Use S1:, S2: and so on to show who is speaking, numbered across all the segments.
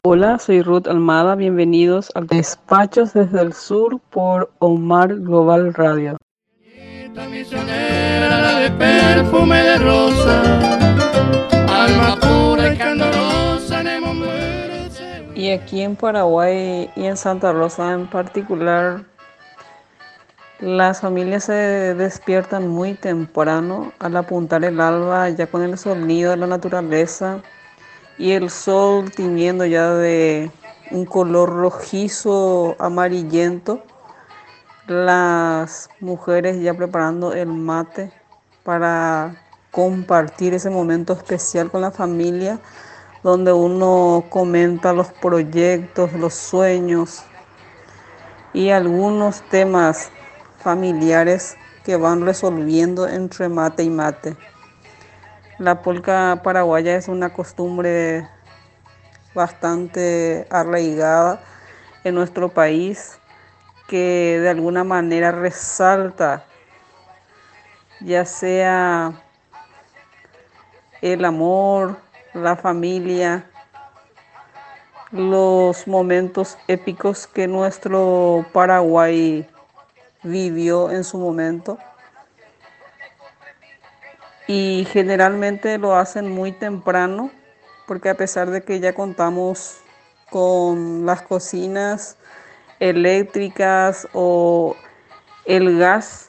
S1: Hola, soy Ruth Almada. Bienvenidos al Despachos desde el Sur por Omar Global Radio.
S2: Misionera, la de perfume de rosa, alma pura y candorosa,
S1: y aquí en Paraguay y en Santa Rosa en particular, las familias se despiertan muy temprano al apuntar el alba, ya con el sonido de la naturaleza y el sol tiñendo ya de un color rojizo amarillento. Las mujeres ya preparando el mate para compartir ese momento especial con la familia, donde uno comenta los proyectos, los sueños y algunos temas familiares que van resolviendo entre mate y mate. La polca paraguaya es una costumbre bastante arraigada en nuestro país, que de alguna manera resalta ya sea el amor, la familia, los momentos épicos que nuestro Paraguay vivió en su momento. Y generalmente lo hacen muy temprano, porque a pesar de que ya contamos con las cocinas eléctricas o el gas,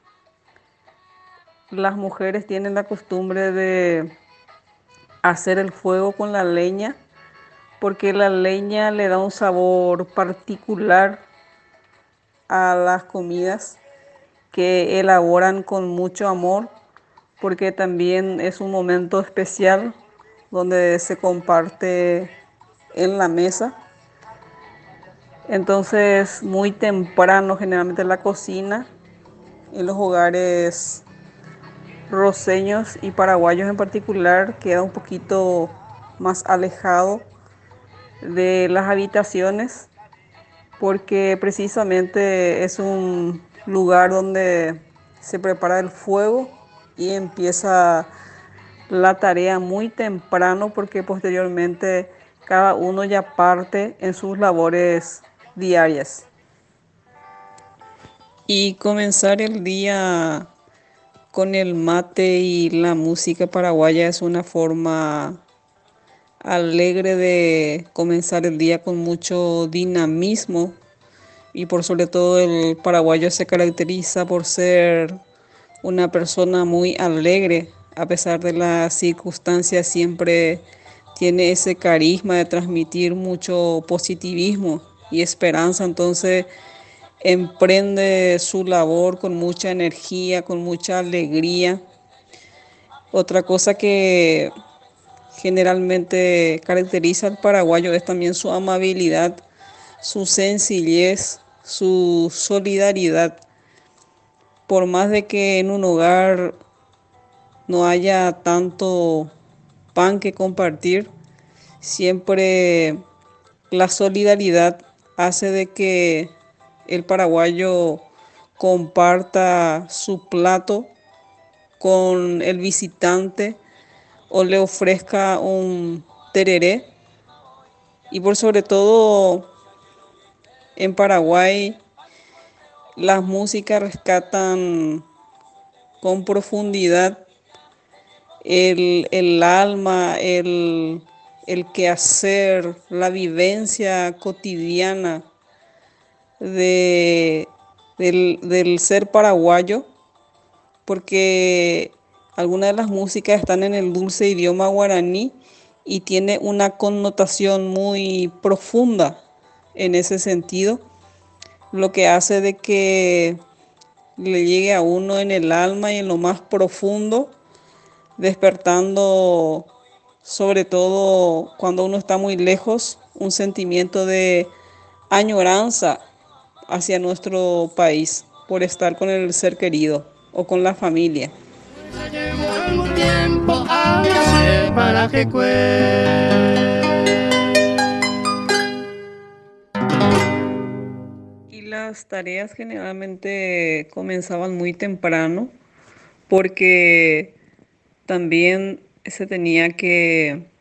S1: las mujeres tienen la costumbre de hacer el fuego con la leña, porque la leña le da un sabor particular a las comidas que elaboran con mucho amor, porque también es un momento especial donde se comparte en la mesa. Entonces, muy temprano, generalmente la cocina en los hogares roceños y paraguayos en particular queda un poquito más alejado de las habitaciones, porque precisamente es un lugar donde se prepara el fuego y empieza la tarea muy temprano, porque posteriormente cada uno ya parte en sus labores diarias. Y comenzar el día con el mate y la música paraguaya es una forma alegre de comenzar el día con mucho dinamismo, y por sobre todo el paraguayo se caracteriza por ser una persona muy alegre. A pesar de las circunstancias, siempre tiene ese carisma de transmitir mucho positivismo y esperanza. Entonces emprende su labor con mucha energía, con mucha alegría. Otra cosa que generalmente caracteriza al paraguayo es también su amabilidad, su sencillez, su solidaridad. Por más de que en un hogar no haya tanto pan que compartir, siempre la solidaridad hace de que el paraguayo comparta su plato con el visitante o le ofrezca un tereré. Y por sobre todo en Paraguay las músicas rescatan con profundidad el alma, el quehacer, la vivencia cotidiana de, del ser paraguayo, porque algunas de las músicas están en el dulce idioma guaraní y tiene una connotación muy profunda en ese sentido, lo que hace de que le llegue a uno en el alma y en lo más profundo, despertando, sobre todo cuando uno está muy lejos, un sentimiento de añoranza hacia nuestro país por estar con el ser querido o con la familia.
S2: llevo un tiempo hace para que
S1: Y las tareas generalmente comenzaban muy temprano, porque también se tenía que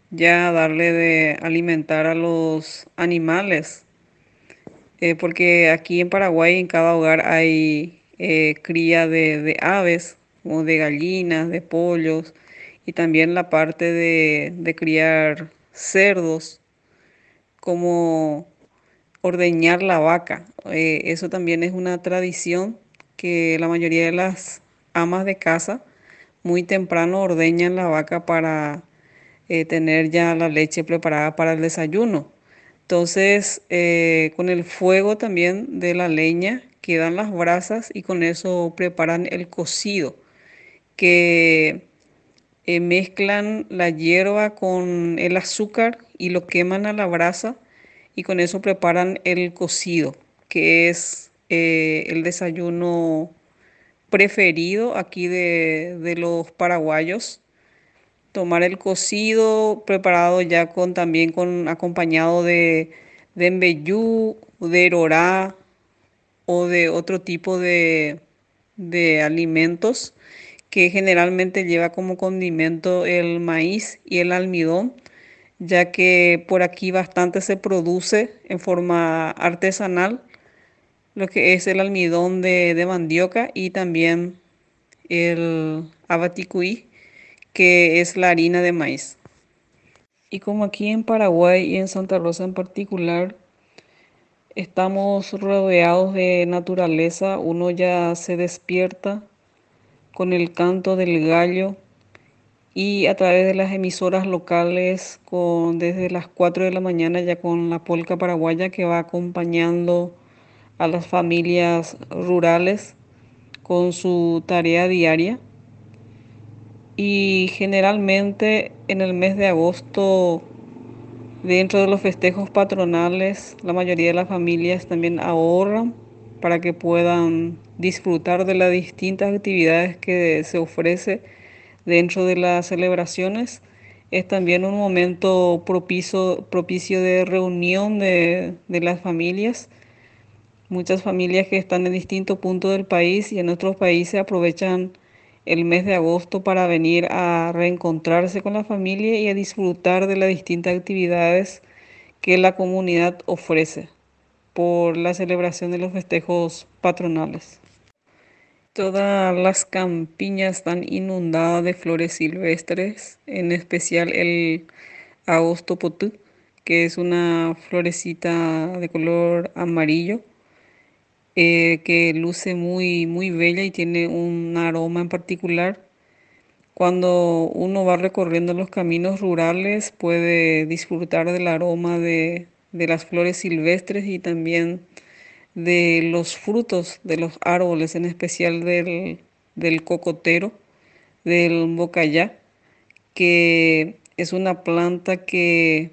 S1: ya darle de alimentar a los animales, porque aquí en Paraguay en cada hogar hay cría de aves, o de gallinas, de pollos, y también la parte de criar cerdos, como ordeñar la vaca. Eso también es una tradición que la mayoría de las amas de casa muy temprano ordeñan la vaca para tener ya la leche preparada para el desayuno. Entonces, con el fuego también de la leña quedan las brasas y con eso preparan el cocido, que mezclan la hierba con el azúcar y lo queman a la brasa y con eso preparan el cocido, que es el desayuno preferido aquí de los paraguayos. Tomar el cocido preparado ya con también con acompañado de embellú, de rorá o de otro tipo de alimentos que generalmente lleva como condimento el maíz y el almidón, ya que por aquí bastante se produce en forma artesanal lo que es el almidón de mandioca y también el abaticuí, que es la harina de maíz. Y como aquí en Paraguay y en Santa Rosa en particular, estamos rodeados de naturaleza, uno ya se despierta con el canto del gallo y a través de las emisoras locales desde las 4 de la mañana ya con la polca paraguaya que va acompañando a las familias rurales con su tarea diaria. Y generalmente en el mes de agosto, dentro de los festejos patronales, la mayoría de las familias también ahorran para que puedan disfrutar de las distintas actividades que se ofrece dentro de las celebraciones. Es también un momento propicio de reunión de las familias. Muchas familias que están en distintos puntos del país y en otros países aprovechan el mes de agosto para venir a reencontrarse con la familia y a disfrutar de las distintas actividades que la comunidad ofrece por la celebración de los festejos patronales. Todas las campiñas están inundadas de flores silvestres, en especial el agosto potú, que es una florecita de color amarillo que luce muy, muy bella y tiene un aroma en particular. Cuando uno va recorriendo los caminos rurales puede disfrutar del aroma de las flores silvestres y también de los frutos de los árboles, en especial del cocotero, del bocayá, que es una planta que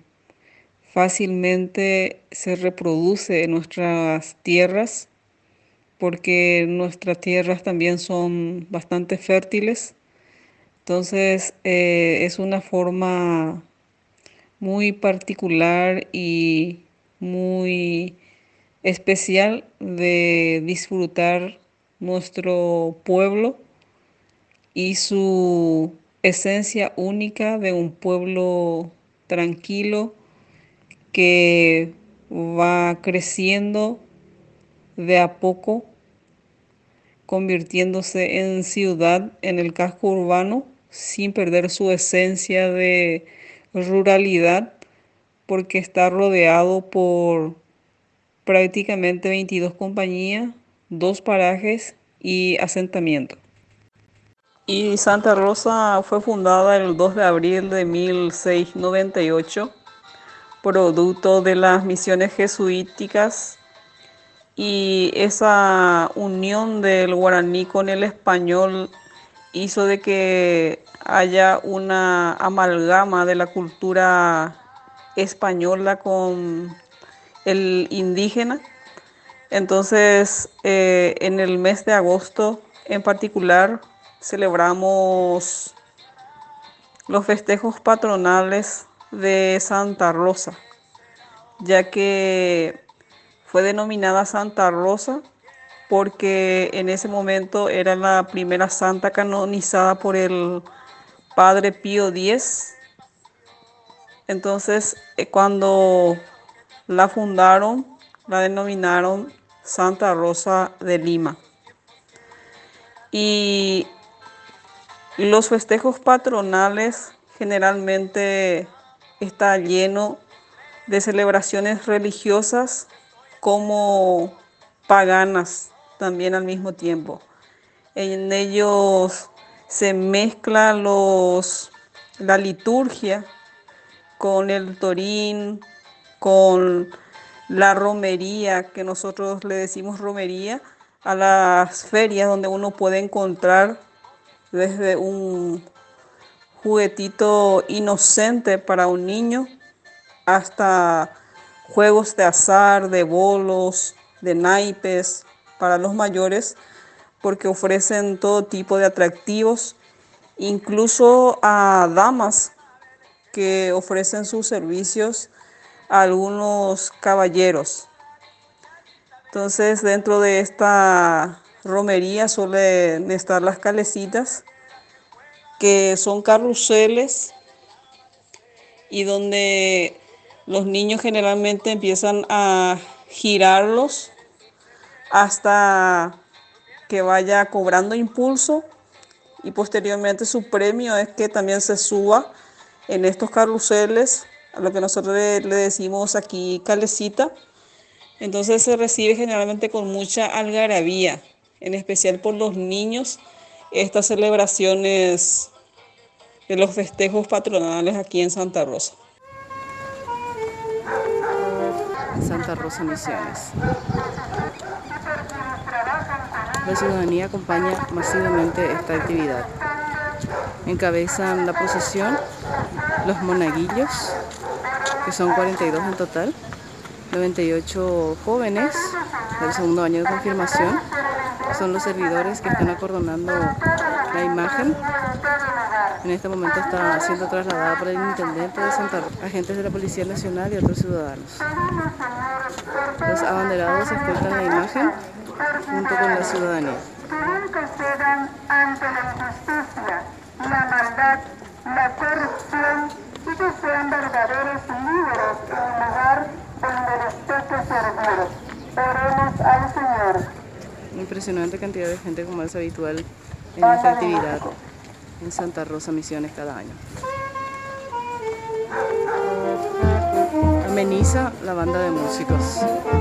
S1: fácilmente se reproduce en nuestras tierras porque nuestras tierras también son bastante fértiles. Entonces es una forma muy particular y muy especial de disfrutar nuestro pueblo y su esencia única de un pueblo tranquilo que va creciendo de a poco, convirtiéndose en ciudad en el casco urbano sin perder su esencia de ruralidad porque está rodeado por prácticamente 22 compañías, dos parajes y asentamiento. Y Santa Rosa fue fundada el 2 de abril de 1698, producto de las misiones jesuíticas y esa unión del guaraní con el español hizo de que haya una amalgama de la cultura española con el indígena. Entonces, en el mes de agosto en particular, celebramos los festejos patronales de Santa Rosa, ya que fue denominada Santa Rosa porque en ese momento era la primera santa canonizada por el Padre Pío X Entonces, cuando la fundaron, la denominaron Santa Rosa de Lima. Y los festejos patronales generalmente está lleno de celebraciones religiosas como paganas también al mismo tiempo. En ellos se mezcla la liturgia con el torín, con la romería, que nosotros le decimos romería, a las ferias donde uno puede encontrar desde un juguetito inocente para un niño hasta juegos de azar, de bolos, de naipes para los mayores, porque ofrecen todo tipo de atractivos, incluso a damas que ofrecen sus servicios a algunos caballeros. Entonces, dentro de esta romería suelen estar las calecitas, que son carruseles y donde los niños generalmente empiezan a girarlos hasta que vaya cobrando impulso, y posteriormente su premio es que también se suba en estos carruseles, a lo que nosotros le decimos aquí calecita. Entonces se recibe generalmente con mucha algarabía, en especial por los niños, estas celebraciones de los festejos patronales aquí en Santa Rosa.
S3: Santa Rosa Misiones. La ciudadanía acompaña masivamente esta actividad. Encabezan la procesión los monaguillos, que son 42 en total, 98 jóvenes del segundo año de confirmación, que son los servidores que están acordonando la imagen. En este momento está siendo trasladada por el intendente de Santa Rosa, agentes de la Policía Nacional y otros ciudadanos. Los abanderados escoltan la imagen junto con la ciudadanía.
S4: Nunca cedan ante la injusticia, la maldad, la corrupción, y que sean verdaderos líderes en un lugar donde les toque servir. Oremos al Señor.
S3: Impresionante cantidad de gente, como es habitual en esta actividad en Santa Rosa Misiones cada año. Ameniza la banda de músicos.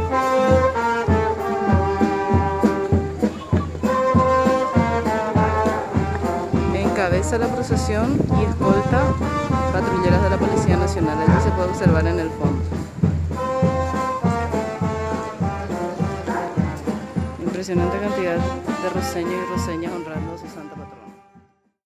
S3: Encabeza la procesión y escolta patrulleras de la Policía Nacional. Esto se puede observar en el fondo. Impresionante cantidad de roseños y roseñas honrando a su santa.